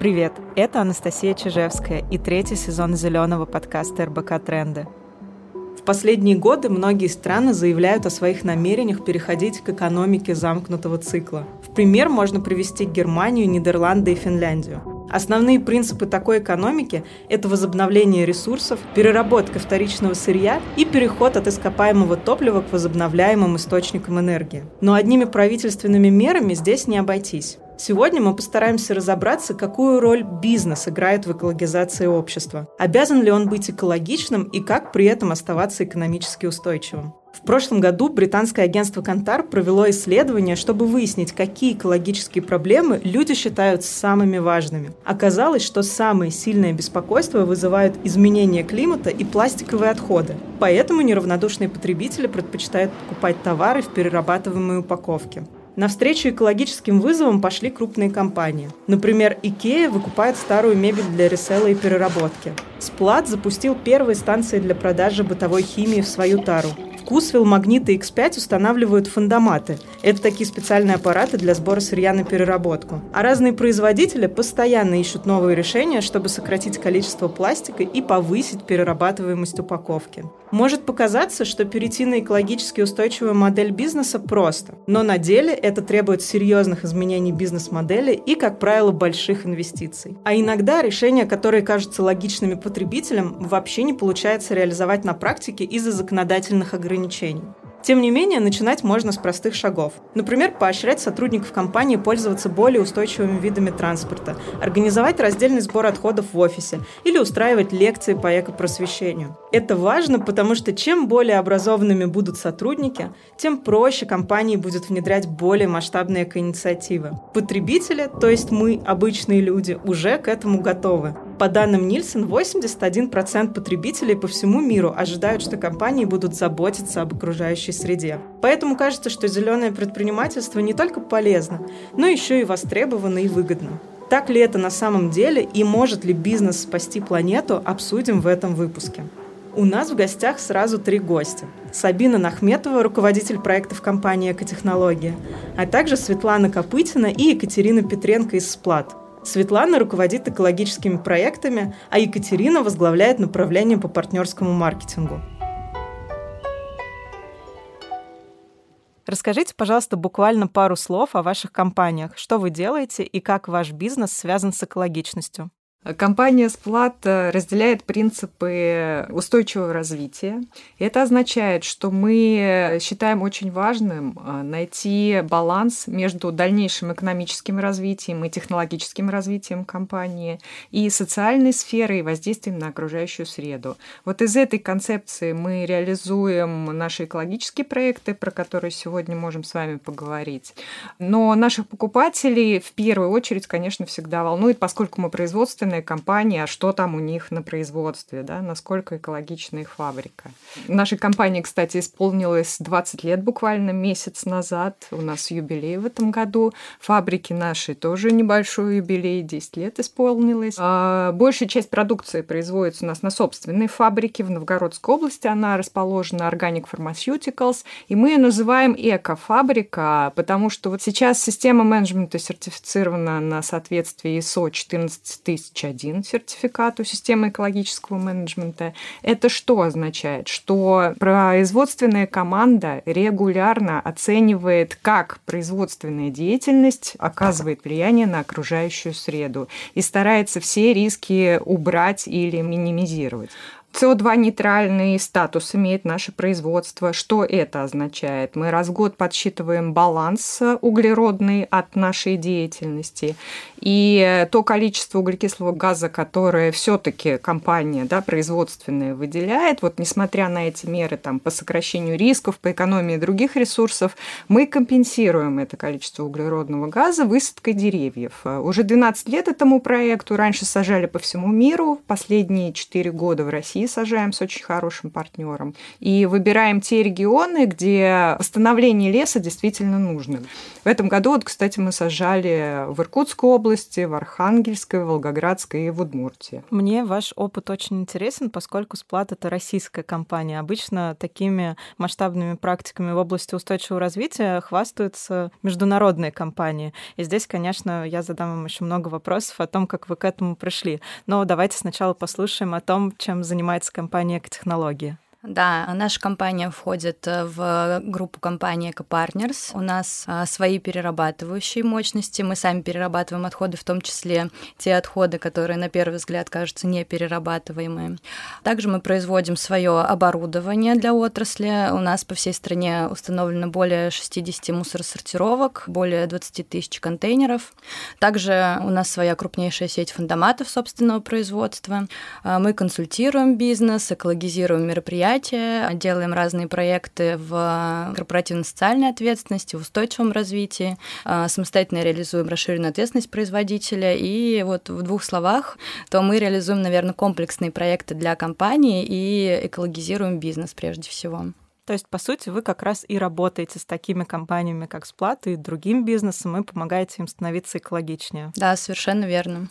Привет, это Анастасия Чижевская и третий сезон зеленого подкаста РБК «Тренды». В последние годы многие страны заявляют о своих намерениях переходить к экономике замкнутого цикла. В пример можно привести Германию, Нидерланды и Финляндию. Основные принципы такой экономики – это возобновление ресурсов, переработка вторичного сырья и переход от ископаемого топлива к возобновляемым источникам энергии. Но одними правительственными мерами здесь не обойтись. Сегодня мы постараемся разобраться, какую роль бизнес играет в экологизации общества. Обязан ли он быть экологичным и как при этом оставаться экономически устойчивым? В прошлом году британское агентство Kantar провело исследование, чтобы выяснить, какие экологические проблемы люди считают самыми важными. Оказалось, что самое сильное беспокойство вызывают изменение климата и пластиковые отходы. Поэтому неравнодушные потребители предпочитают покупать товары в перерабатываемой упаковке. Навстречу экологическим вызовам пошли крупные компании. Например, IKEA выкупает старую мебель для ресела и переработки. Сплат запустил первые станции для продажи бытовой химии в свою тару. Вкусвилл, Магнит и X5 устанавливают фондоматы. Это такие специальные аппараты для сбора сырья на переработку. А разные производители постоянно ищут новые решения, чтобы сократить количество пластика и повысить перерабатываемость упаковки. Может показаться, что перейти на экологически устойчивую модель бизнеса просто, но на деле это требует серьезных изменений бизнес-модели и, как правило, больших инвестиций. А иногда решения, которые кажутся логичными потребителям, вообще не получается реализовать на практике из-за законодательных ограничений. Тем не менее, начинать можно с простых шагов. Например, поощрять сотрудников компании пользоваться более устойчивыми видами транспорта, организовать раздельный сбор отходов в офисе или устраивать лекции по экопросвещению. Это важно, потому что чем более образованными будут сотрудники, тем проще компании будет внедрять более масштабные экоинициативы. Потребители, то есть мы, обычные люди, уже к этому готовы. По данным Нильсон, 81% потребителей по всему миру ожидают, что компании будут заботиться об окружающей среде. Поэтому кажется, что зеленое предпринимательство не только полезно, но еще и востребовано и выгодно. Так ли это на самом деле и может ли бизнес спасти планету, обсудим в этом выпуске. У нас в гостях сразу 3 гостя. Сабина Нахметова, руководитель проектов компании «Экотехнология», а также Светлана Копытина и Екатерина Петренко из Сплат. Светлана руководит экологическими проектами, а Екатерина возглавляет направление по партнерскому маркетингу. Расскажите, пожалуйста, буквально пару слов о ваших компаниях. Что вы делаете и как ваш бизнес связан с экологичностью? Компания Сплат разделяет принципы устойчивого развития. Это означает, что мы считаем очень важным найти баланс между дальнейшим экономическим развитием и технологическим развитием компании и социальной сферой и воздействием на окружающую среду. Вот из этой концепции мы реализуем наши экологические проекты, про которые сегодня можем с вами поговорить. Но наших покупателей в первую очередь, конечно, всегда волнует, поскольку мы производственная компания, а что там у них на производстве, да, насколько экологична их фабрика. Нашей компании, кстати, исполнилось 20 лет буквально месяц назад. У нас юбилей в этом году. Фабрики нашей тоже небольшой юбилей, 10 лет исполнилось. Большая часть продукции производится у нас на собственной фабрике в Новгородской области. Она расположена Organic Pharmaceuticals, и мы ее называем экофабрика, потому что вот сейчас система менеджмента сертифицирована на соответствие ISO 14001 сертификату системы экологического менеджмента. Это что означает? Что производственная команда регулярно оценивает, как производственная деятельность оказывает влияние на окружающую среду и старается все риски убрать или минимизировать. СО2-нейтральный статус имеет наше производство. Что это означает? Мы раз в год подсчитываем баланс углеродный от нашей деятельности. И то количество углекислого газа, которое все-таки компания, да, производственная выделяет, вот несмотря на эти меры там, по сокращению рисков, по экономии других ресурсов, мы компенсируем это количество углеродного газа высадкой деревьев. Уже 12 лет этому проекту. Раньше сажали по всему миру. Последние 4 года в России России сажаем с очень хорошим партнером. И выбираем те регионы, где восстановление леса действительно нужно. В этом году, кстати, мы сажали в Иркутской области, в Архангельской, в Волгоградской и в Удмуртии. Мне ваш опыт очень интересен, поскольку Сплат — это российская компания. Обычно такими масштабными практиками в области устойчивого развития хвастаются международные компании. И здесь, конечно, я задам вам еще много вопросов о том, как вы к этому пришли. Но давайте сначала послушаем о том, чем занимается компания «Экотехнологии». Да, наша компания входит в группу компании EcoPartners. У нас свои перерабатывающие мощности. Мы сами перерабатываем отходы, в том числе те отходы, которые на первый взгляд кажутся неперерабатываемыми. Также мы производим свое оборудование для отрасли. У нас по всей стране установлено более 60 мусоросортировок, более 20 тысяч контейнеров. Также у нас своя крупнейшая сеть фондоматов собственного производства. Мы консультируем бизнес, экологизируем мероприятия, делаем разные проекты в корпоративно-социальной ответственности, в устойчивом развитии, самостоятельно реализуем расширенную ответственность производителя. И вот в двух словах, то мы реализуем, наверное, комплексные проекты для компании и экологизируем бизнес прежде всего. То есть, по сути, вы как раз и работаете с такими компаниями, как Сплат, и другим бизнесом, и помогаете им становиться экологичнее. Да, совершенно верно.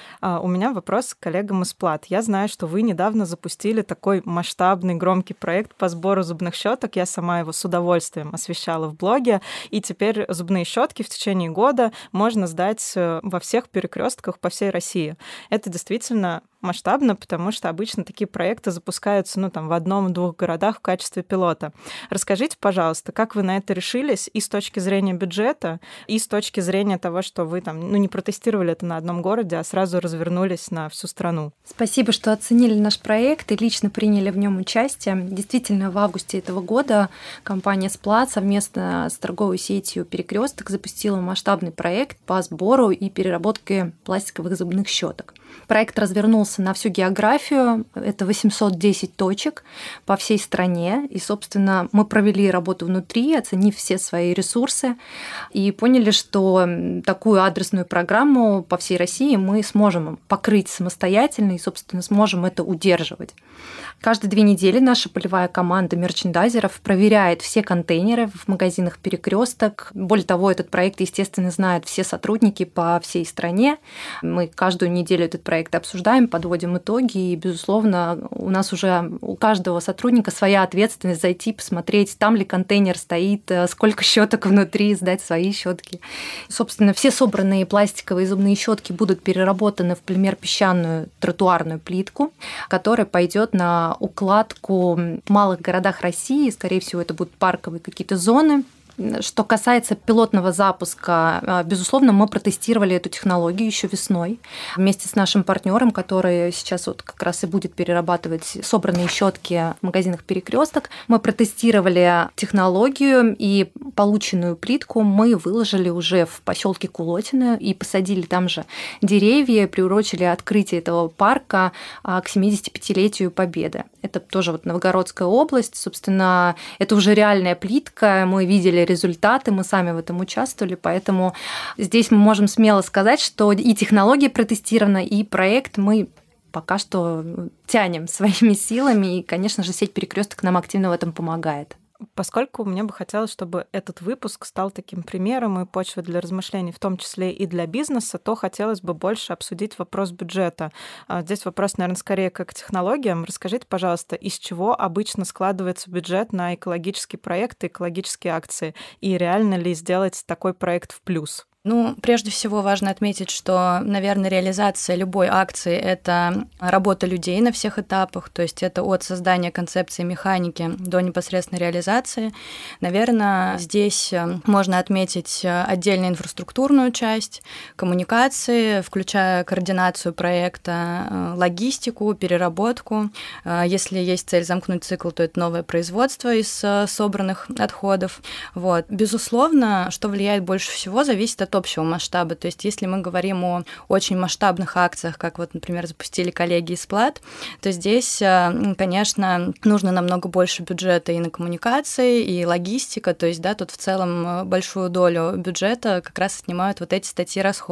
У меня вопрос к коллегам из Плат. Я знаю, что вы недавно запустили такой масштабный, громкий проект по сбору зубных щеток. Я сама его с удовольствием освещала в блоге. И теперь зубные щетки в течение года можно сдать во всех перекрестках по всей России. Это действительно масштабно, потому что обычно такие проекты запускаются в 1-2 городах в качестве пилота. Расскажите, пожалуйста, как вы на это решились и с точки зрения бюджета, и с точки зрения того, что вы не протестировали это на одном городе, а сразу развернулись на всю страну. Спасибо, что оценили наш проект и лично приняли в нем участие. Действительно, в августе этого года компания Сплат совместно с торговой сетью «Перекресток» запустила масштабный проект по сбору и переработке пластиковых зубных щеток. Проект развернулся на всю географию. Это 810 точек по всей стране. И, собственно, мы провели работу внутри, оценив все свои ресурсы, и поняли, что такую адресную программу по всей России мы сможем покрыть самостоятельно и, собственно, сможем это удерживать. Каждые 2 недели наша полевая команда мерчендайзеров проверяет все контейнеры в магазинах «Перекресток». Более того, этот проект, естественно, знают все сотрудники по всей стране. Мы каждую неделю этот проект обсуждаем, подводим итоги, и, безусловно, у нас уже у каждого сотрудника своя ответственность зайти, посмотреть, там ли контейнер стоит, сколько щеток внутри, сдать свои щетки. Собственно, все собранные пластиковые зубные щетки будут переработаны в полимер-песчаную тротуарную плитку, которая пойдет на укладку в малых городах России. Скорее всего, это будут парковые какие-то зоны. Что касается пилотного запуска, безусловно, мы протестировали эту технологию еще весной вместе с нашим партнером, который сейчас как раз и будет перерабатывать собранные щетки в магазинах «Перекресток». Мы протестировали технологию, и полученную плитку мы выложили уже в поселке Кулотино и посадили там же деревья, приурочили открытие этого парка к 75-летию Победы. Это тоже Новгородская область. Собственно, это уже реальная плитка. Мы видели результаты, мы сами в этом участвовали, поэтому здесь мы можем смело сказать, что и технология протестирована, и проект мы пока что тянем своими силами, и, конечно же, сеть «Перекресток» нам активно в этом помогает. Поскольку мне бы хотелось, чтобы этот выпуск стал таким примером и почвой для размышлений, в том числе и для бизнеса, то хотелось бы больше обсудить вопрос бюджета. Здесь вопрос, наверное, скорее как к технологиям. Расскажите, пожалуйста, из чего обычно складывается бюджет на экологические проекты, экологические акции, и реально ли сделать такой проект в плюс? Прежде всего важно отметить, что, наверное, реализация любой акции — это работа людей на всех этапах, то есть это от создания концепции механики до непосредственной реализации. Наверное, здесь можно отметить отдельно инфраструктурную часть, коммуникации, включая координацию проекта, логистику, переработку. Если есть цель замкнуть цикл, то это новое производство из собранных отходов. Безусловно, что влияет больше всего, зависит от общего масштаба. То есть если мы говорим о очень масштабных акциях, как например, запустили коллеги из Сплат, то здесь, конечно, нужно намного больше бюджета и на коммуникации, и логистика. То есть, тут в целом большую долю бюджета как раз отнимают эти статьи расходов.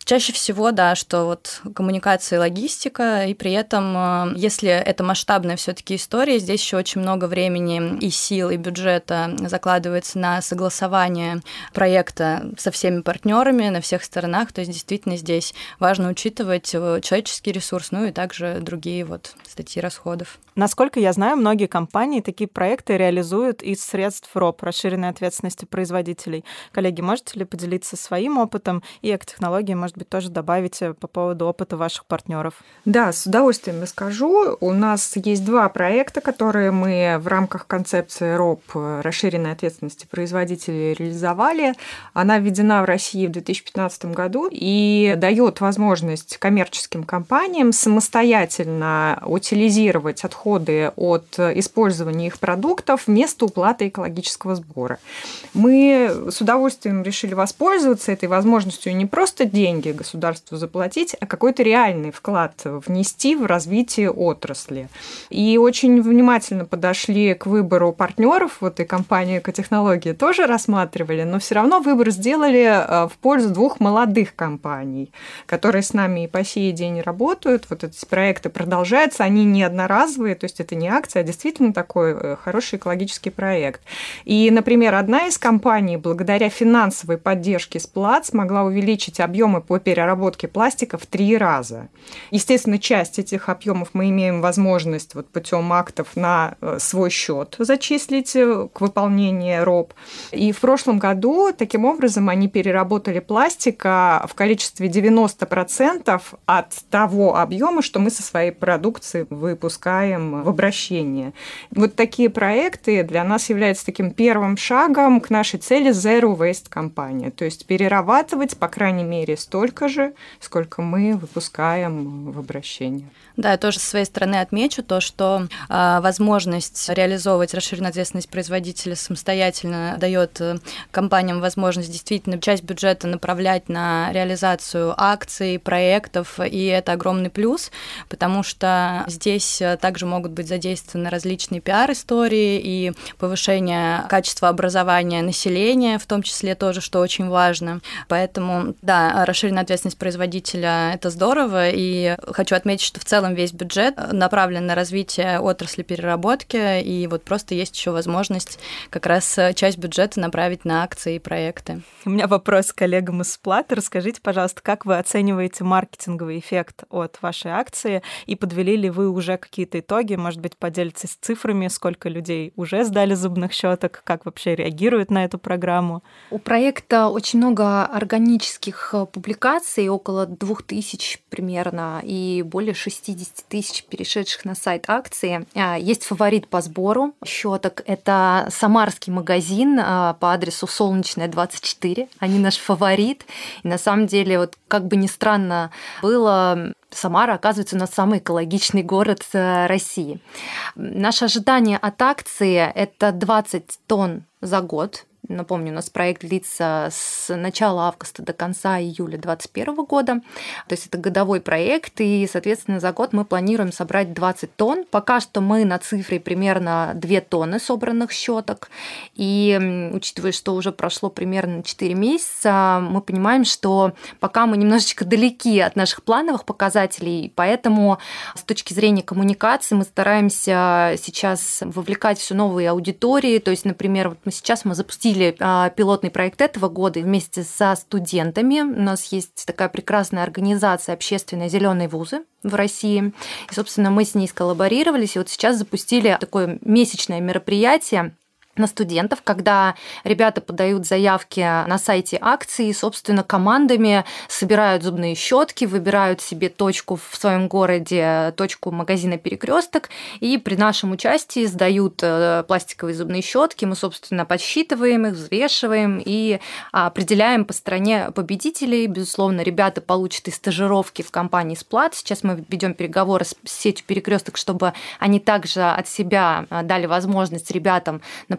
Чаще всего, да, что вот коммуникация и логистика, и при этом, если это масштабная все-таки история, здесь еще очень много времени и сил, и бюджета закладывается на согласование проекта со всеми партнерами на всех сторонах. То есть действительно здесь важно учитывать человеческий ресурс, ну и также другие вот статьи расходов. Насколько я знаю, многие компании такие проекты реализуют из средств РОП, расширенной ответственности производителей. Коллеги, можете ли поделиться своим опытом и экотехнологии, может быть, тоже добавите по поводу опыта ваших партнеров? Да, с удовольствием расскажу. У нас есть 2 проекта, которые мы в рамках концепции РОП, расширенной ответственности производителей, реализовали. Она введена в России в 2015 году и дает возможность коммерческим компаниям самостоятельно утилизировать отходы от использования их продуктов вместо уплаты экологического сбора. Мы с удовольствием решили воспользоваться этой возможностью и не просто деньги государству заплатить, а какой-то реальный вклад внести в развитие отрасли. И очень внимательно подошли к выбору партнеров. Вот и компанию «Экотехнологии» тоже рассматривали, но все равно выбор сделали в пользу 2 молодых компаний, которые с нами и по сей день работают. Вот эти проекты продолжаются, они не одноразовые, то есть это не акция, а действительно такой хороший экологический проект. И, например, одна из компаний благодаря финансовой поддержке Сплат смогла увеличить объемы по переработке пластика в 3 раза. Естественно, часть этих объемов мы имеем возможность вот путем актов на свой счет зачислить к выполнению РОП. И в прошлом году таким образом они переработали пластика в количестве 90% от того объема, что мы со своей продукции выпускаем в обращение. Вот такие проекты для нас являются таким первым шагом к нашей цели Zero Waste компания, то есть перерабатывать, по крайней мере, столько же, сколько мы выпускаем в обращение. Да, я тоже со своей стороны отмечу то, что возможность реализовывать расширенную ответственность производителя самостоятельно дает компаниям возможность действительно часть бюджета направлять на реализацию акций, проектов, и это огромный плюс, потому что здесь также могут быть задействованы различные пиар-истории и повышение качества образования населения, в том числе тоже, что очень важно. Поэтому, да, расширенная ответственность производителя – это здорово, и хочу отметить, что в целом весь бюджет направлен на развитие отрасли переработки, и вот просто есть еще возможность как раз часть бюджета направить на акции и проекты. У меня вопрос к коллегам из Сплата. Расскажите, пожалуйста, как вы оцениваете маркетинговый эффект от вашей акции, и подвели ли вы уже какие-то итоги? Может быть, поделитесь цифрами, сколько людей уже сдали зубных щеток, как вообще реагируют на эту программу? У проекта очень много органических публикаций, около 2000 примерно, и более 60 тысяч перешедших на сайт акции. Есть фаворит по сбору щеток. Это самарский магазин по адресу Солнечная, 24. Они наш фаворит. И на самом деле, вот как бы ни странно было, Самара, оказывается, у нас самый экологичный город России. Наше ожидание от акции – это 20 тонн за год. Напомню, у нас проект длится с начала августа до конца июля 2021 года. То есть это годовой проект, и, соответственно, за год мы планируем собрать 20 тонн. Пока что мы на цифре примерно 2 тонны собранных щеток. И учитывая, что уже прошло примерно 4 месяца, мы понимаем, что пока мы немножечко далеки от наших плановых показателей, поэтому с точки зрения коммуникации мы стараемся сейчас вовлекать все новые аудитории. То есть, например, вот сейчас мы запустили пилотный проект этого года вместе со студентами. У нас есть такая прекрасная организация «Общественные зеленые вузы» в России. И, собственно, мы с ней сколлаборировались, и вот сейчас запустили такое месячное мероприятие на студентов, когда ребята подают заявки на сайте акции, и, собственно, командами собирают зубные щетки, выбирают себе точку в своем городе, точку магазина «Перекресток», и при нашем участии сдают пластиковые зубные щетки. Мы, собственно, подсчитываем их, взвешиваем и определяем по стране победителей. Безусловно, ребята получат и стажировки в компании «Сплат». Сейчас мы ведем переговоры с сетью «Перекресток», чтобы они также от себя дали возможность ребятам, например,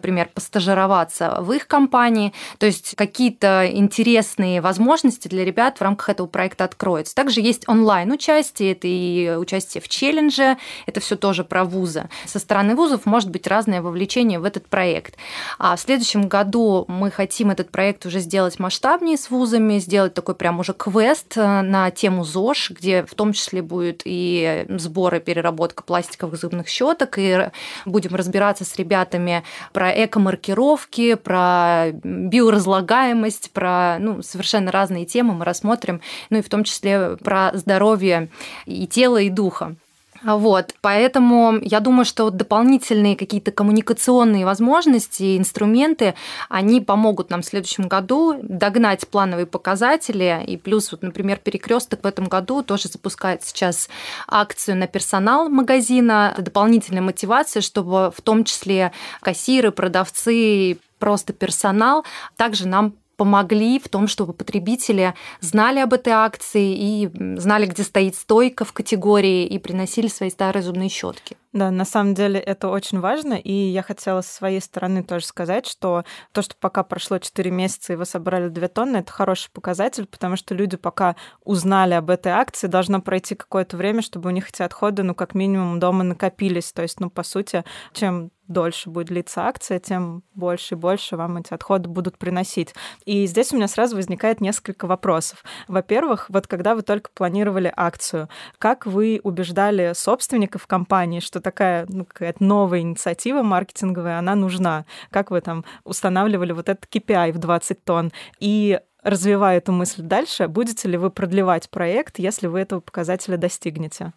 например, постажироваться в их компании. То есть какие-то интересные возможности для ребят в рамках этого проекта откроются. Также есть онлайн-участие, это и участие в челлендже, это все тоже про вузы. Со стороны вузов может быть разное вовлечение в этот проект. А в следующем году мы хотим этот проект уже сделать масштабнее с вузами, сделать такой прям уже квест на тему ЗОЖ, где в том числе будет и сбор и переработка пластиковых зубных щеток, и будем разбираться с ребятами про эко-маркировки, про биоразлагаемость, про совершенно разные темы мы рассмотрим, и в том числе про здоровье и тела, и духа. Вот, поэтому я думаю, что дополнительные какие-то коммуникационные возможности, инструменты, они помогут нам в следующем году догнать плановые показатели. И плюс, например, Перекресток в этом году тоже запускает сейчас акцию на персонал магазина. Это дополнительная мотивация, чтобы в том числе кассиры, продавцы, просто персонал также нам помогли в том, чтобы потребители знали об этой акции и знали, где стоит стойка в категории, и приносили свои старые зубные щетки. Да, на самом деле это очень важно, и я хотела со своей стороны тоже сказать, что то, что пока прошло 4 месяца, и вы собрали 2 тонны, это хороший показатель, потому что люди пока узнали об этой акции, должно пройти какое-то время, чтобы у них эти отходы, как минимум, дома накопились. То есть, по сути, чем дольше будет длиться акция, тем больше и больше вам эти отходы будут приносить. И здесь у меня сразу возникает несколько вопросов. Во-первых, вот когда вы только планировали акцию, как вы убеждали собственников компании, что такая какая-то новая инициатива маркетинговая, она нужна? Как вы там устанавливали вот этот KPI в 20 тонн? И развивая эту мысль дальше, будете ли вы продлевать проект, если вы этого показателя достигнете?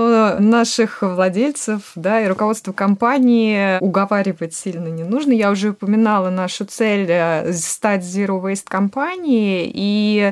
Наших владельцев, и руководство компании уговаривать сильно не нужно. Я уже упоминала нашу цель стать Zero Waste компанией, и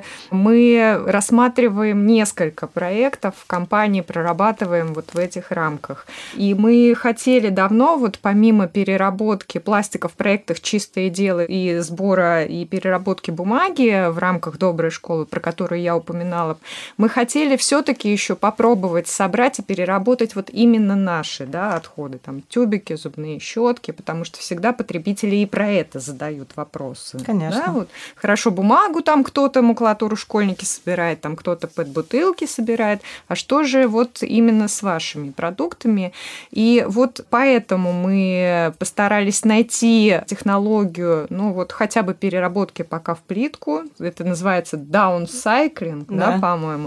мы рассматриваем несколько проектов в компании, прорабатываем в этих рамках. И мы хотели давно, помимо переработки пластика в проектах «Чистое дело» и сбора и переработки бумаги в рамках доброй школы, про которую я упоминала, мы хотели все-таки еще попробовать собрать и переработать именно наши отходы, тюбики, зубные щетки, потому что всегда потребители и про это задают вопросы. Конечно. Хорошо, бумагу кто-то, макулатуру школьники собирает, кто-то пэт-бутылки собирает, а что же именно с вашими продуктами? И поэтому мы постарались найти технологию, хотя бы переработки пока в плитку. Это называется даунсайклинг, по-моему.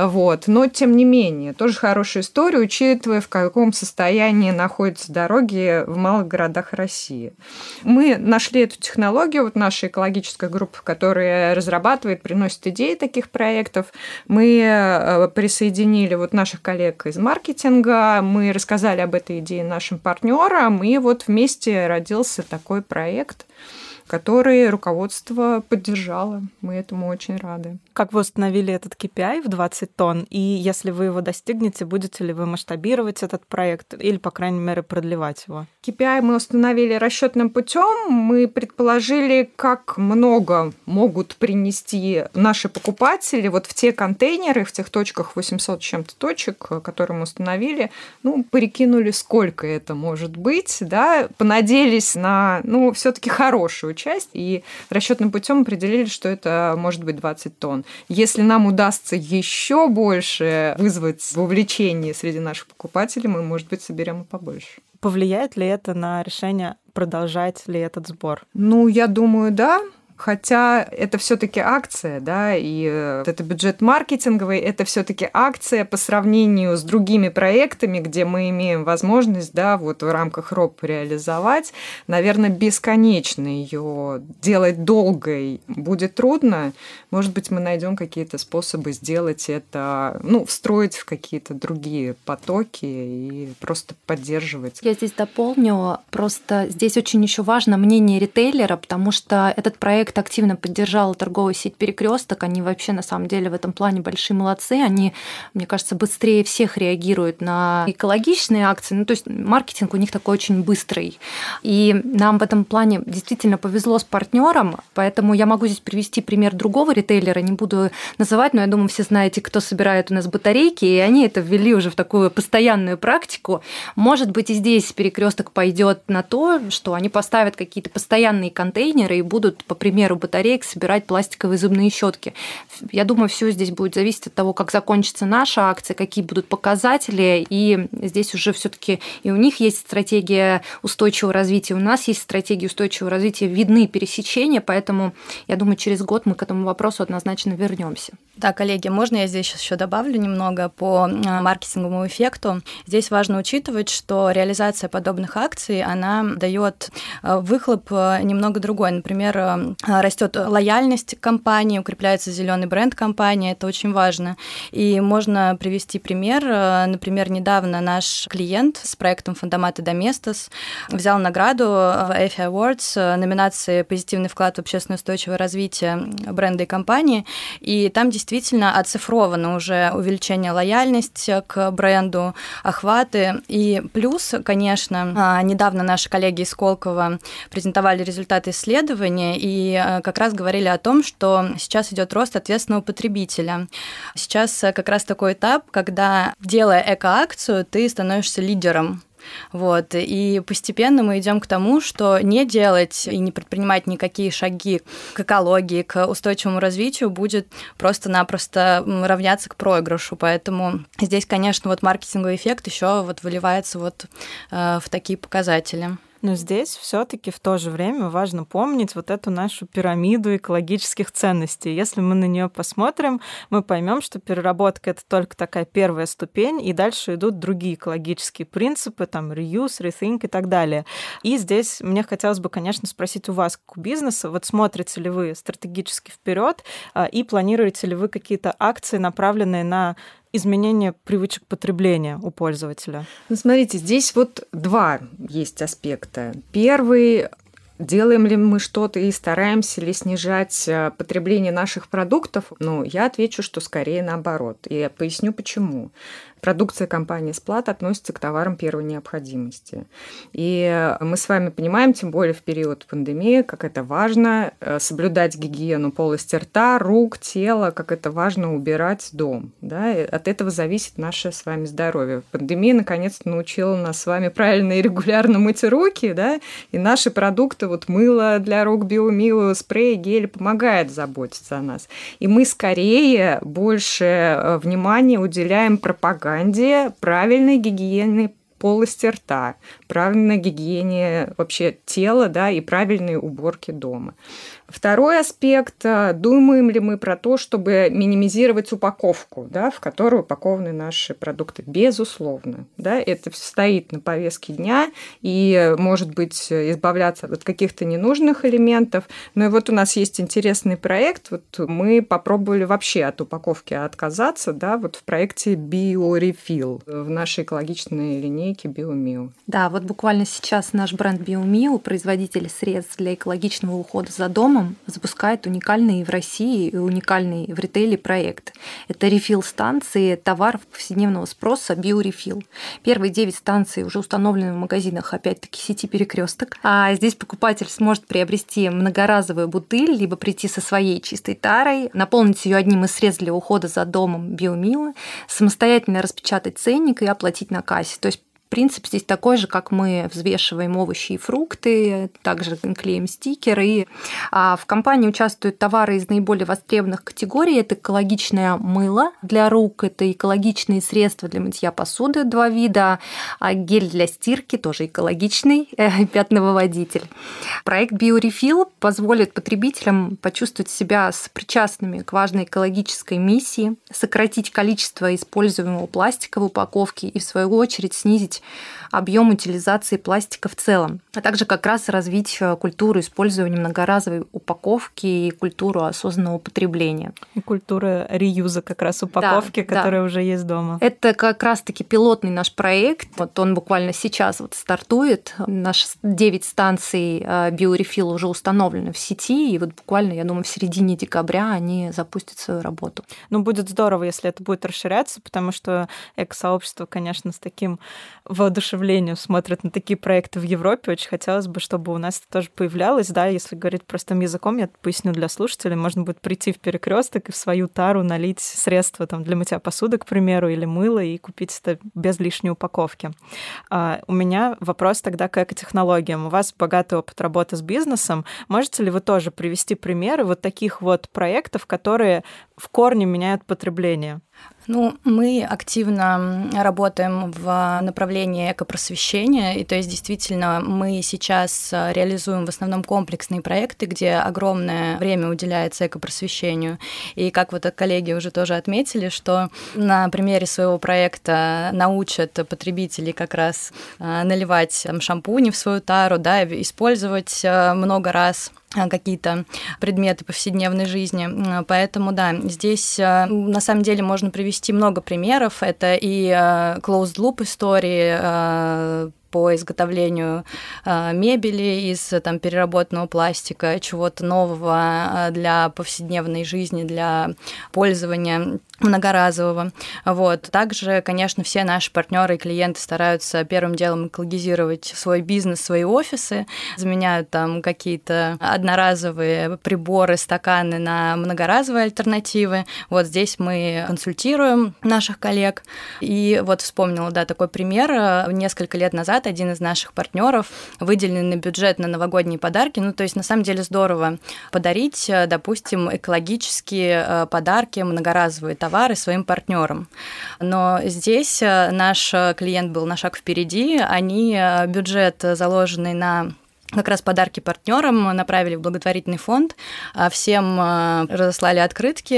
Но, тем не менее, тоже хорошая история, учитывая, в каком состоянии находятся дороги в малых городах России. Мы нашли эту технологию, наша экологическая группа, которая разрабатывает, приносит идеи таких проектов. Мы присоединили наших коллег из маркетинга, мы рассказали об этой идее нашим партнерам, и вместе родился такой проект, который руководство поддержало. Мы этому очень рады. Как вы установили этот KPI в 20 тонн? И если вы его достигнете, будете ли вы масштабировать этот проект или, по крайней мере, продлевать его? KPI мы установили расчетным путем. Мы предположили, как много могут принести наши покупатели в те контейнеры, в тех точках, 800 с чем-то точек, которые мы установили. Прикинули, сколько это может быть, понадеялись на, все-таки хорошую часть, и расчетным путем определили, что это может быть 20 тонн. Если нам удастся еще больше вызвать вовлечение среди наших покупателей, мы, может быть, соберем и побольше. Повлияет ли это на решение, продолжать ли этот сбор? Я думаю, да. Хотя это все-таки акция, и это бюджет маркетинговый, это все-таки акция по сравнению с другими проектами, где мы имеем возможность, в рамках РОП реализовать. Наверное, бесконечно ее делать долгой будет трудно. Может быть, мы найдем какие-то способы сделать это, встроить в какие-то другие потоки и просто поддерживать. Я здесь дополню, просто здесь очень еще важно мнение ритейлера, потому что этот проект проект активно поддержала торговая сеть «Перекресток». Они вообще, на самом деле, в этом плане большие молодцы. Они, мне кажется, быстрее всех реагируют на экологичные акции. То есть маркетинг у них такой очень быстрый. И нам в этом плане действительно повезло с партнером, поэтому я могу здесь привести пример другого ритейлера, не буду называть, но я думаю, все знаете, кто собирает у нас батарейки, и они это ввели уже в такую постоянную практику. Может быть, и здесь «Перекресток» пойдет на то, что они поставят какие-то постоянные контейнеры и будут, по примеру батареек, собирать пластиковые зубные щетки. Я думаю, все здесь будет зависеть от того, как закончится наша акция, какие будут показатели, и здесь уже все-таки и у них есть стратегия устойчивого развития, у нас есть стратегия устойчивого развития, видны пересечения, поэтому я думаю, через год мы к этому вопросу однозначно вернемся. Да, коллеги, можно я здесь еще добавлю немного по маркетинговому эффекту? Здесь важно учитывать, что реализация подобных акций, она дает выхлоп немного другой. Например, растет лояльность компании, укрепляется зеленый бренд компании, это очень важно. И можно привести пример. Например, недавно наш клиент с проектом Фондоматы Доместос взял награду в EFI Awards номинации «Позитивный вклад в общественно устойчивое развитие бренда и компании». И там действительно оцифровано уже увеличение лояльности к бренду, охваты. И плюс, конечно, недавно наши коллеги из Сколково презентовали результаты исследования и как раз говорили о том, что сейчас идет рост ответственного потребителя. Сейчас как раз такой этап, когда, делая эко-акцию, ты становишься лидером. Вот. И постепенно мы идем к тому, что не делать и не предпринимать никакие шаги к экологии, к устойчивому развитию будет просто-напросто равняться к проигрышу. Поэтому здесь, конечно, вот маркетинговый эффект еще вот выливается вот в такие показатели. Но здесь все-таки в то же время важно помнить вот эту нашу пирамиду экологических ценностей. Если мы на нее посмотрим, мы поймем, что переработка — это только такая первая ступень, и дальше идут другие экологические принципы, там reuse, rethink и так далее. И здесь мне хотелось бы, конечно, спросить у вас, как у бизнеса, вот смотрите ли вы стратегически вперед и планируете ли вы какие-то акции, направленные на изменение привычек потребления у пользователя? Ну, смотрите, здесь вот два есть аспекта. Первый — делаем ли мы что-то и стараемся ли снижать потребление наших продуктов? Ну, я отвечу, что скорее наоборот. И я поясню, почему. Продукция компании «Сплат» относится к товарам первой необходимости. И мы с вами понимаем, тем более в период пандемии, как это важно соблюдать гигиену полости рта, рук, тела, как это важно убирать дом. Да? И от этого зависит наше с вами здоровье. Пандемия, наконец-то, научила нас с вами правильно и регулярно мыть руки, да? И наши продукты, вот мыло для рук, биомио, спрей, гель, помогает заботиться о нас. И мы скорее больше внимания уделяем пропаганде правильной гигиены полости рта, правильной гигиене вообще тела, да, и правильной уборки дома. Второй аспект. Думаем ли мы про то, чтобы минимизировать упаковку, да, в которую упакованы наши продукты? Безусловно. Да, это стоит на повестке дня, и, может быть, избавляться от каких-то ненужных элементов. Но и вот у нас есть интересный проект. Вот мы попробовали вообще от упаковки отказаться, да, вот в проекте BioRefill в нашей экологичной линейке BioMio. Да, вот буквально сейчас наш бренд BioMio, производитель средств для экологичного ухода за домом, запускает уникальный в России и уникальный в ритейле проект. Это рефилл-станции товаров повседневного спроса BioRefill. Первые 9 станций уже установлены в магазинах, опять-таки, сети «Перекресток». А здесь покупатель сможет приобрести многоразовую бутыль, либо прийти со своей чистой тарой, наполнить ее одним из средств для ухода за домом BioMio, самостоятельно распечатать ценник и оплатить на кассе. То есть принцип здесь такой же, как мы взвешиваем овощи и фрукты, также клеим стикеры. В компании участвуют товары из наиболее востребованных категорий. Это экологичное мыло для рук, это экологичные средства для мытья посуды 2 вида, гель для стирки, тоже экологичный, пятновыводитель. Проект BioRefill позволит потребителям почувствовать себя сопричастными к важной экологической миссии, сократить количество используемого пластика в упаковке и, в свою очередь, снизить объем утилизации пластика в целом, а также как раз развить культуру использования многоразовой упаковки и культуру осознанного потребления. И культура реюза как раз упаковки, которая уже есть дома. Это как раз-таки пилотный наш проект. Вот он буквально сейчас стартует. Наши 9 станций биорефила уже установлены в сети, и вот буквально, я думаю, в середине декабря они запустят свою работу. Будет здорово, если это будет расширяться, потому что экосообщество, конечно, с таким воодушевлением смотрит на такие проекты в Европе. Очень хотелось бы, чтобы у нас это тоже появлялось. Да, если говорить простым языком, я поясню для слушателей, можно будет прийти в Перекресток и в свою тару налить средства для мытья посуды, к примеру, или мыло, и купить это без лишней упаковки. У меня вопрос тогда к экотехнологиям. У вас богатый опыт работы с бизнесом. Можете ли вы тоже привести примеры вот таких вот проектов, которые в корне меняют потребление? Мы активно работаем в направлении экопросвещения, и то есть действительно мы сейчас реализуем в основном комплексные проекты, где огромное время уделяется экопросвещению. И как коллеги уже тоже отметили, что на примере своего проекта научат потребителей как раз наливать шампуни в свою тару, использовать много раз какие-то предметы повседневной жизни. Поэтому, здесь на самом деле можно привести много примеров. Это и closed loop истории по изготовлению мебели из переработанного пластика, чего-то нового для повседневной жизни, для пользования многоразового. Также, конечно, все наши партнеры и клиенты стараются первым делом экологизировать свой бизнес, свои офисы, заменяют какие-то одноразовые приборы, стаканы на многоразовые альтернативы. Здесь мы консультируем наших коллег. И вспомнила, такой пример. Несколько лет назад один из наших партнеров выделенный бюджет на новогодние подарки. То есть, на самом деле, здорово подарить, допустим, экологические подарки, многоразовые товары своим партнерам. Но здесь наш клиент был на шаг впереди. Они бюджет, заложенный на как раз подарки партнерам, направили в благотворительный фонд. Всем разослали открытки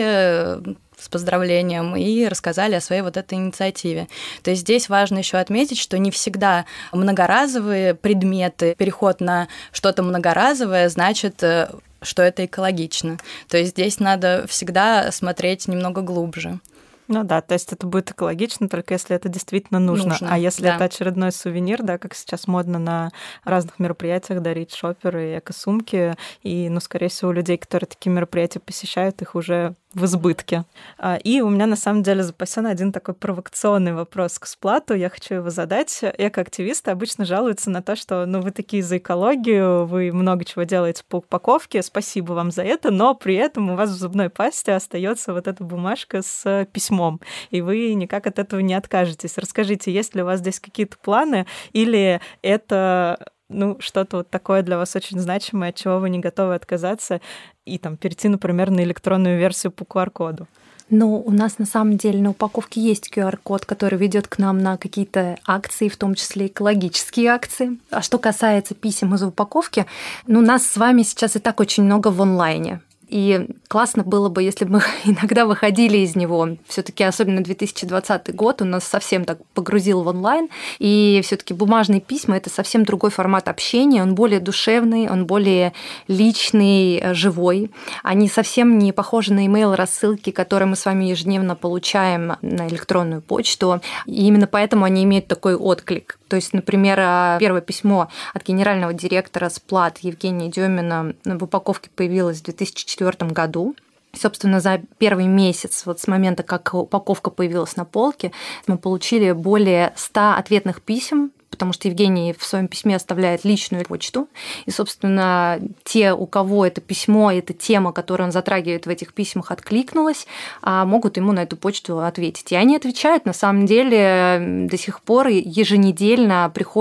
с поздравлением и рассказали о своей этой инициативе. То есть здесь важно еще отметить, что не всегда многоразовые предметы, переход на что-то многоразовое значит, что это экологично. То есть здесь надо всегда смотреть немного глубже. То есть это будет экологично, только если это действительно нужно. А если это очередной сувенир, как сейчас модно на разных мероприятиях дарить шоперы и экосумки, и, скорее всего, у людей, которые такие мероприятия посещают, их уже в избытке. И у меня, на самом деле, запасен один такой провокационный вопрос к Сплату. Я хочу его задать. Экоактивисты обычно жалуются на то, что вы такие за экологию, вы много чего делаете по упаковке, спасибо вам за это, но при этом у вас в зубной пасте остается эта бумажка с письмом, и вы никак от этого не откажетесь. Расскажите, есть ли у вас здесь какие-то планы, или это что-то такое для вас очень значимое, от чего вы не готовы отказаться, и перейти, например, на электронную версию по QR-коду? У нас на самом деле на упаковке есть QR-код, который ведет к нам на какие-то акции, в том числе экологические акции. А что касается писем из упаковки, нас с вами сейчас и так очень много в онлайне. И классно было бы, если бы мы иногда выходили из него. Все-таки особенно 2020 год у нас совсем так погрузил в онлайн. И все-таки бумажные письма – это совсем другой формат общения. Он более душевный, он более личный, живой. Они совсем не похожи на email-рассылки, которые мы с вами ежедневно получаем на электронную почту. И именно поэтому они имеют такой отклик. То есть, например, первое письмо от генерального директора Сплат Евгения Демина в упаковке появилось в 2004 году. Собственно, за первый месяц, с момента, как упаковка появилась на полке, мы получили более 100 ответных писем, потому что Евгений в своем письме оставляет личную почту. И, собственно, те, у кого это письмо, эта тема, которую он затрагивает в этих письмах, откликнулась, могут ему на эту почту ответить. И они отвечают. На самом деле, до сих пор еженедельно приходят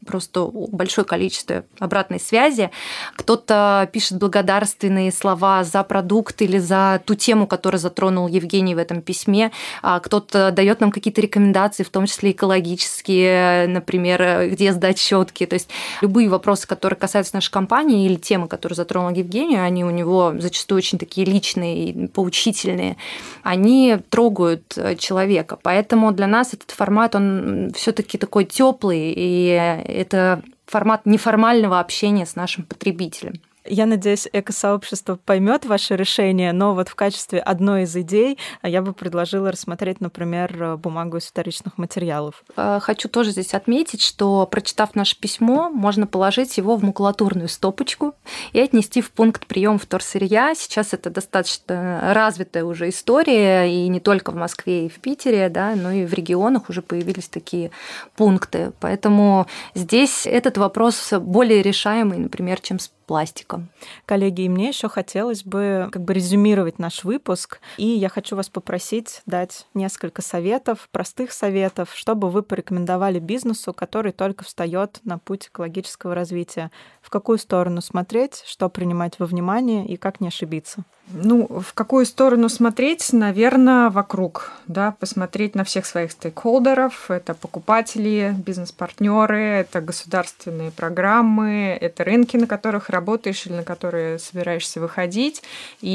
просто большое количество обратной связи. Кто-то пишет благодарственные слова за продукт или за ту тему, которую затронул Евгений в этом письме. Кто-то дает нам какие-то рекомендации, в том числе экологические, например, где сдать щетки. То есть любые вопросы, которые касаются нашей компании или темы, которые затронул Евгений, они у него зачастую очень такие личные и поучительные. Они трогают человека. Поэтому для нас этот формат, он все-таки такой теплый, и это формат неформального общения с нашим потребителем. Я надеюсь, экосообщество поймет ваше решение, но вот в качестве одной из идей я бы предложила рассмотреть, например, бумагу из вторичных материалов. Хочу тоже здесь отметить, что, прочитав наше письмо, можно положить его в макулатурную стопочку и отнести в пункт приема вторсырья. Сейчас это достаточно развитая уже история, и не только в Москве и в Питере, да, но и в регионах уже появились такие пункты. Поэтому здесь этот вопрос более решаемый, например, чем с пластиком. Коллеги, и мне еще хотелось бы резюмировать наш выпуск, и я хочу вас попросить дать несколько советов, простых советов, чтобы вы порекомендовали бизнесу, который только встает на путь экологического развития. В какую сторону смотреть, что принимать во внимание и как не ошибиться? В какую сторону смотреть? Наверное, вокруг, да, посмотреть на всех своих стейкхолдеров. Это покупатели, бизнес-партнеры, это государственные программы, это рынки, на которых работаешь или на которые собираешься выходить.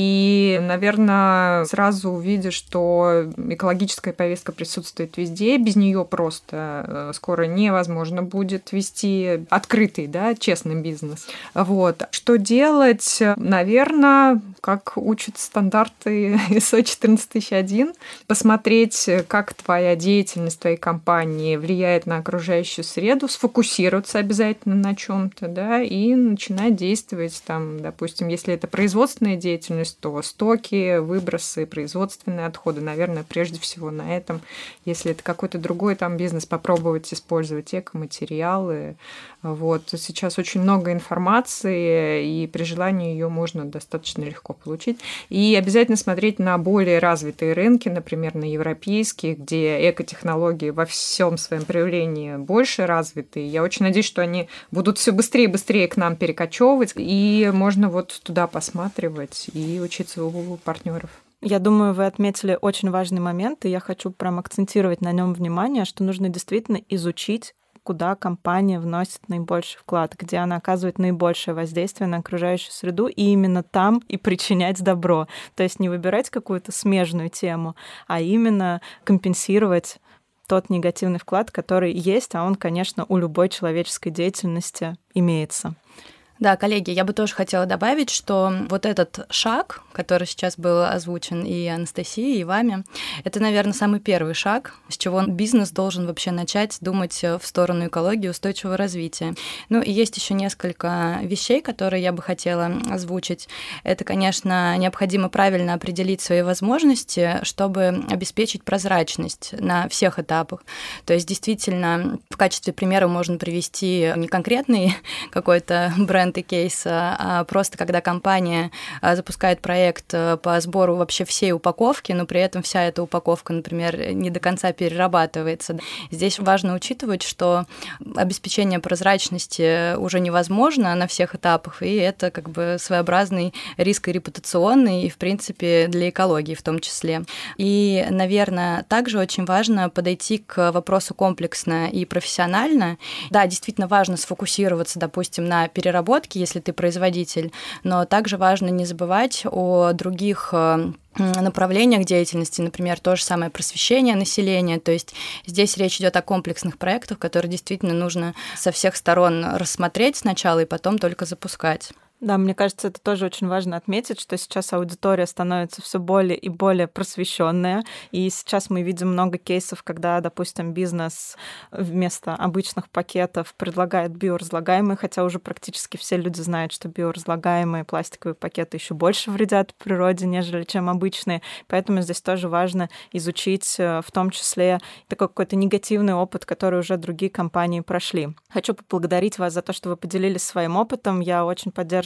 И, наверное, сразу увидишь, что экологическая повестка присутствует везде. Без нее просто скоро невозможно будет вести открытый, да, честный бизнес. Вот. Что делать? Наверное, как учат стандарты ISO 14001, посмотреть, как твоя деятельность твоей компании влияет на окружающую среду, сфокусироваться обязательно на чем-то, да, и начинать действовать там, допустим, если это производственная деятельность, то стоки, выбросы, производственные отходы, наверное, прежде всего на этом. Если это какой-то другой там бизнес, попробовать использовать экоматериалы. Вот. Сейчас очень много информации, и при желании ее можно достаточно легко получить. И обязательно смотреть на более развитые рынки, например, на европейские, где экотехнологии во всем своем проявлении больше развиты. Я очень надеюсь, что они будут все быстрее и быстрее к нам перекочевывать, и можно вот туда посматривать и учиться у партнеров. Я думаю, вы отметили очень важный момент, и я хочу прям акцентировать на нем внимание, что нужно действительно изучить, куда компания вносит наибольший вклад, где она оказывает наибольшее воздействие на окружающую среду, и именно там и причинять добро. То есть не выбирать какую-то смежную тему, а именно компенсировать тот негативный вклад, который есть, а он, конечно, у любой человеческой деятельности имеется. Да, коллеги, я бы тоже хотела добавить, что вот этот шаг, который сейчас был озвучен и Анастасией, и вами, это, наверное, самый первый шаг, с чего бизнес должен вообще начать думать в сторону экологии и устойчивого развития. И есть еще несколько вещей, которые я бы хотела озвучить. Это, конечно, необходимо правильно определить свои возможности, чтобы обеспечить прозрачность на всех этапах. То есть, действительно, в качестве примера можно привести не конкретный какой-то бренд и кейс, а просто когда компания запускает проект по сбору вообще всей упаковки, но при этом вся эта упаковка, например, не до конца перерабатывается. Здесь важно учитывать, что обеспечение прозрачности уже невозможно на всех этапах, и это своеобразный риск и репутационный, и, в принципе, для экологии в том числе. И, наверное, также очень важно подойти к вопросу комплексно и профессионально. Да, действительно важно сфокусироваться, допустим, на переработке, если ты производитель, но также важно не забывать о других направлениях деятельности, например, то же самое просвещение населения. То есть здесь речь идет о комплексных проектах, которые действительно нужно со всех сторон рассмотреть сначала и потом только запускать. Да, мне кажется, это тоже очень важно отметить, что сейчас аудитория становится все более и более просвещенная, и сейчас мы видим много кейсов, когда, допустим, бизнес вместо обычных пакетов предлагает биоразлагаемые, хотя уже практически все люди знают, что биоразлагаемые пластиковые пакеты еще больше вредят природе, нежели чем обычные, поэтому здесь тоже важно изучить в том числе такой какой-то негативный опыт, который уже другие компании прошли. Хочу поблагодарить вас за то, что вы поделились своим опытом. Я очень поддерживаю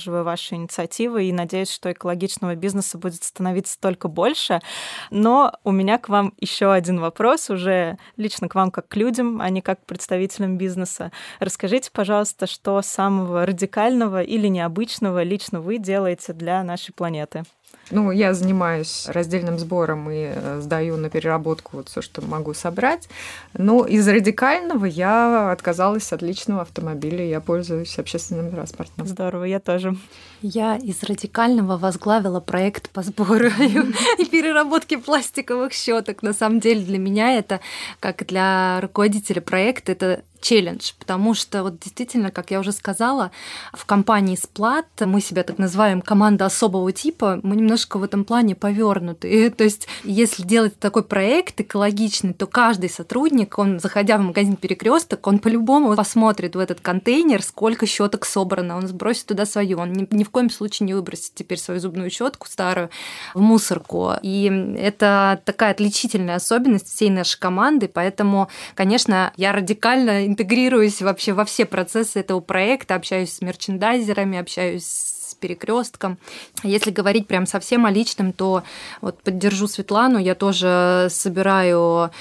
поддерживаю ваши инициативы и надеюсь, что экологичного бизнеса будет становиться только больше. Но у меня к вам еще один вопрос, уже лично к вам как к людям, а не как к представителям бизнеса. Расскажите, пожалуйста, что самого радикального или необычного лично вы делаете для нашей планеты? Я занимаюсь раздельным сбором и сдаю на переработку все, что могу собрать. Но из радикального я отказалась от личного автомобиля. Я пользуюсь общественным транспортом. Здорово, я тоже. Я из радикального возглавила проект по сбору и переработке пластиковых щеток. На самом деле для меня это, как для руководителя проекта, это челлендж, потому что вот действительно, как я уже сказала, в компании Сплат мы себя так называем команда особого типа, мы немножко в этом плане повёрнуты. То есть, если делать такой проект экологичный, то каждый сотрудник, он, заходя в магазин Перекресток, он по-любому посмотрит в этот контейнер, сколько щеток собрано, он сбросит туда свою, он ни в коем случае не выбросит теперь свою зубную щетку старую в мусорку. И это такая отличительная особенность всей нашей команды, поэтому, конечно, я радикально интегрируюсь вообще во все процессы этого проекта, общаюсь с мерчендайзерами, общаюсь с Перекрестком. Если говорить прям совсем о личном, то вот поддержу Светлану, я тоже собираю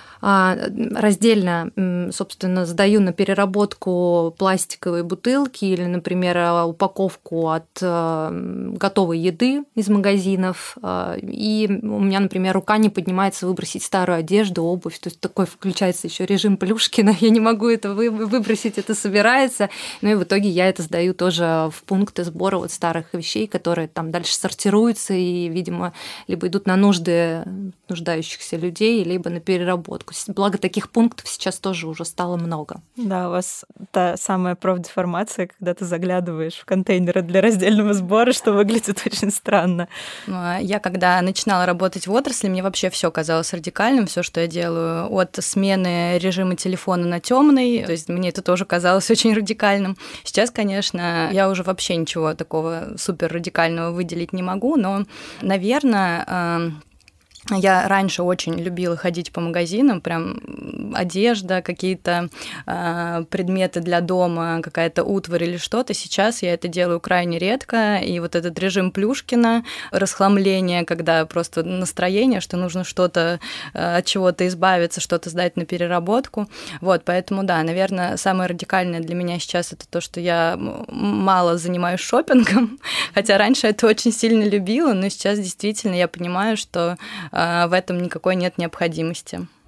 раздельно, собственно, сдаю на переработку пластиковые бутылки или, например, упаковку от готовой еды из магазинов. И у меня, например, рука не поднимается выбросить старую одежду, обувь. То есть такой включается еще режим Плюшкина. Я не могу это выбросить, это собирается. Ну и в итоге я это сдаю тоже в пункты сбора вот старых вещей, которые там дальше сортируются и, видимо, либо идут на нужды нуждающихся людей, либо на переработку. Благо, таких пунктов сейчас тоже уже стало много. Да, у вас та самая профдеформация, когда ты заглядываешь в контейнеры для раздельного сбора, что выглядит очень странно. Я, когда начинала работать в отрасли, мне вообще все казалось радикальным, все, что я делаю, от смены режима телефона на темный, то есть мне это тоже казалось очень радикальным. Сейчас, конечно, я уже вообще ничего такого супер радикального выделить не могу, но, наверное, я раньше очень любила ходить по магазинам, прям одежда, какие-то предметы для дома, какая-то утварь или что-то. Сейчас я это делаю крайне редко, и вот этот режим Плюшкина, расхламление, когда просто настроение, что нужно что-то от чего-то избавиться, что-то сдать на переработку. Вот, поэтому, да, наверное, самое радикальное для меня сейчас это то, что я мало занимаюсь шопингом, хотя раньше это очень сильно любила, но сейчас действительно я понимаю, что в этом никакой нет необходимости.